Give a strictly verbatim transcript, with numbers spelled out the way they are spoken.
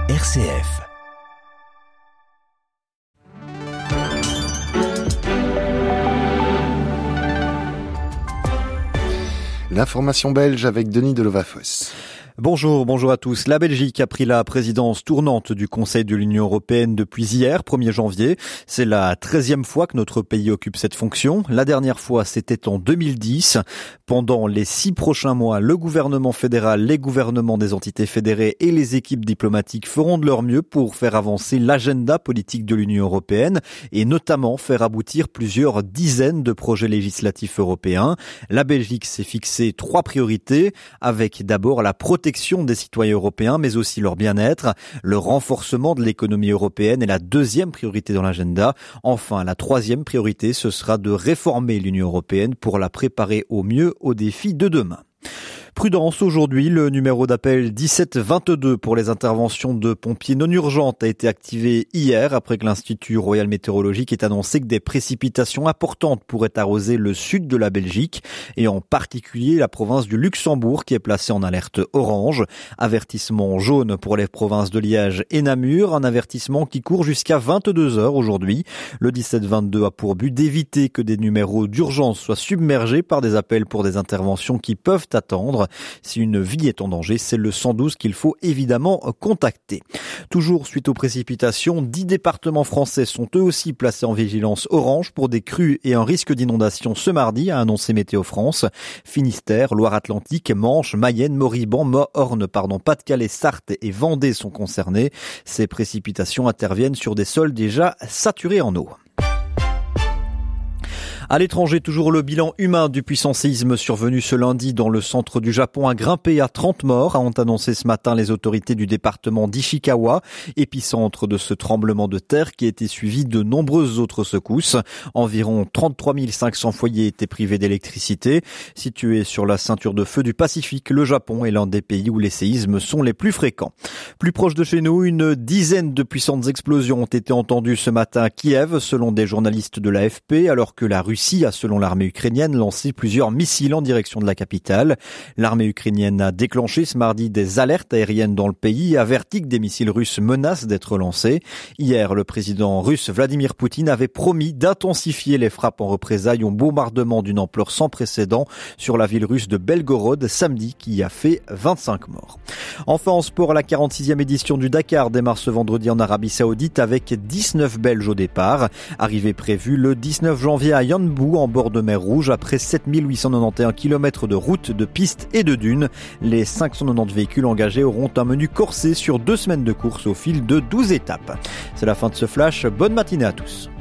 R C F. L'information belge avec Denis Delovafos. Bonjour, bonjour à tous. La Belgique a pris la présidence tournante du Conseil de l'Union européenne depuis hier, premier janvier. C'est la treizième fois que notre pays occupe cette fonction. La dernière fois, c'était en deux mille dix. Pendant les six prochains mois, le gouvernement fédéral, les gouvernements des entités fédérées et les équipes diplomatiques feront de leur mieux pour faire avancer l'agenda politique de l'Union européenne et notamment faire aboutir plusieurs dizaines de projets législatifs européens. La Belgique s'est fixé trois priorités, avec d'abord la protection des citoyens européens, mais aussi leur bien-être. Le renforcement de l'économie européenne est la deuxième priorité dans l'agenda. Enfin, la troisième priorité, ce sera de réformer l'Union européenne pour la préparer au mieux aux défis de demain. Prudence aujourd'hui, le numéro d'appel dix-sept vingt-deux pour les interventions de pompiers non urgentes a été activé hier après que l'Institut Royal Météorologique ait annoncé que des précipitations importantes pourraient arroser le sud de la Belgique et en particulier la province du Luxembourg qui est placée en alerte orange. Avertissement jaune pour les provinces de Liège et Namur, un avertissement qui court jusqu'à vingt-deux heures aujourd'hui. Le dix-sept vingt-deux a pour but d'éviter que des numéros d'urgence soient submergés par des appels pour des interventions qui peuvent attendre. Si une vie est en danger, c'est le cent douze qu'il faut évidemment contacter. Toujours suite aux précipitations, dix départements français sont eux aussi placés en vigilance orange pour des crues et un risque d'inondation ce mardi, a annoncé Météo France. Finistère, Loire-Atlantique, Manche, Mayenne, Morbihan, Morne, pardon, Pas-de-Calais, Sarthe et Vendée sont concernés. Ces précipitations interviennent sur des sols déjà saturés en eau. À l'étranger, toujours le bilan humain du puissant séisme survenu ce lundi dans le centre du Japon a grimpé à trente morts, ont annoncé ce matin les autorités du département d'Ishikawa, épicentre de ce tremblement de terre qui a été suivi de nombreuses autres secousses. Environ trente-trois mille cinq cents foyers étaient privés d'électricité. Situé sur la ceinture de feu du Pacifique, le Japon est l'un des pays où les séismes sont les plus fréquents. Plus proche de chez nous, une dizaine de puissantes explosions ont été entendues ce matin à Kiev, selon des journalistes de l'A F P, alors que la Russie Russie a, selon l'armée ukrainienne, lancé plusieurs missiles en direction de la capitale. L'armée ukrainienne a déclenché ce mardi des alertes aériennes dans le pays et averti que des missiles russes menacent d'être lancés. Hier, le président russe Vladimir Poutine avait promis d'intensifier les frappes en représailles au bombardement d'une ampleur sans précédent sur la ville russe de Belgorod samedi, qui a fait vingt-cinq morts. Enfin, en sport, la quarante-sixième édition du Dakar démarre ce vendredi en Arabie Saoudite avec dix-neuf Belges au départ. Arrivée prévue le dix-neuf janvier à Yanbu, en bord de mer Rouge, après sept mille huit cent quatre-vingt-onze kilomètres de routes, de pistes et de dunes. Les cinq cent quatre-vingt-dix véhicules engagés auront un menu corsé sur deux semaines de course au fil de douze étapes. C'est la fin de ce flash. Bonne matinée à tous.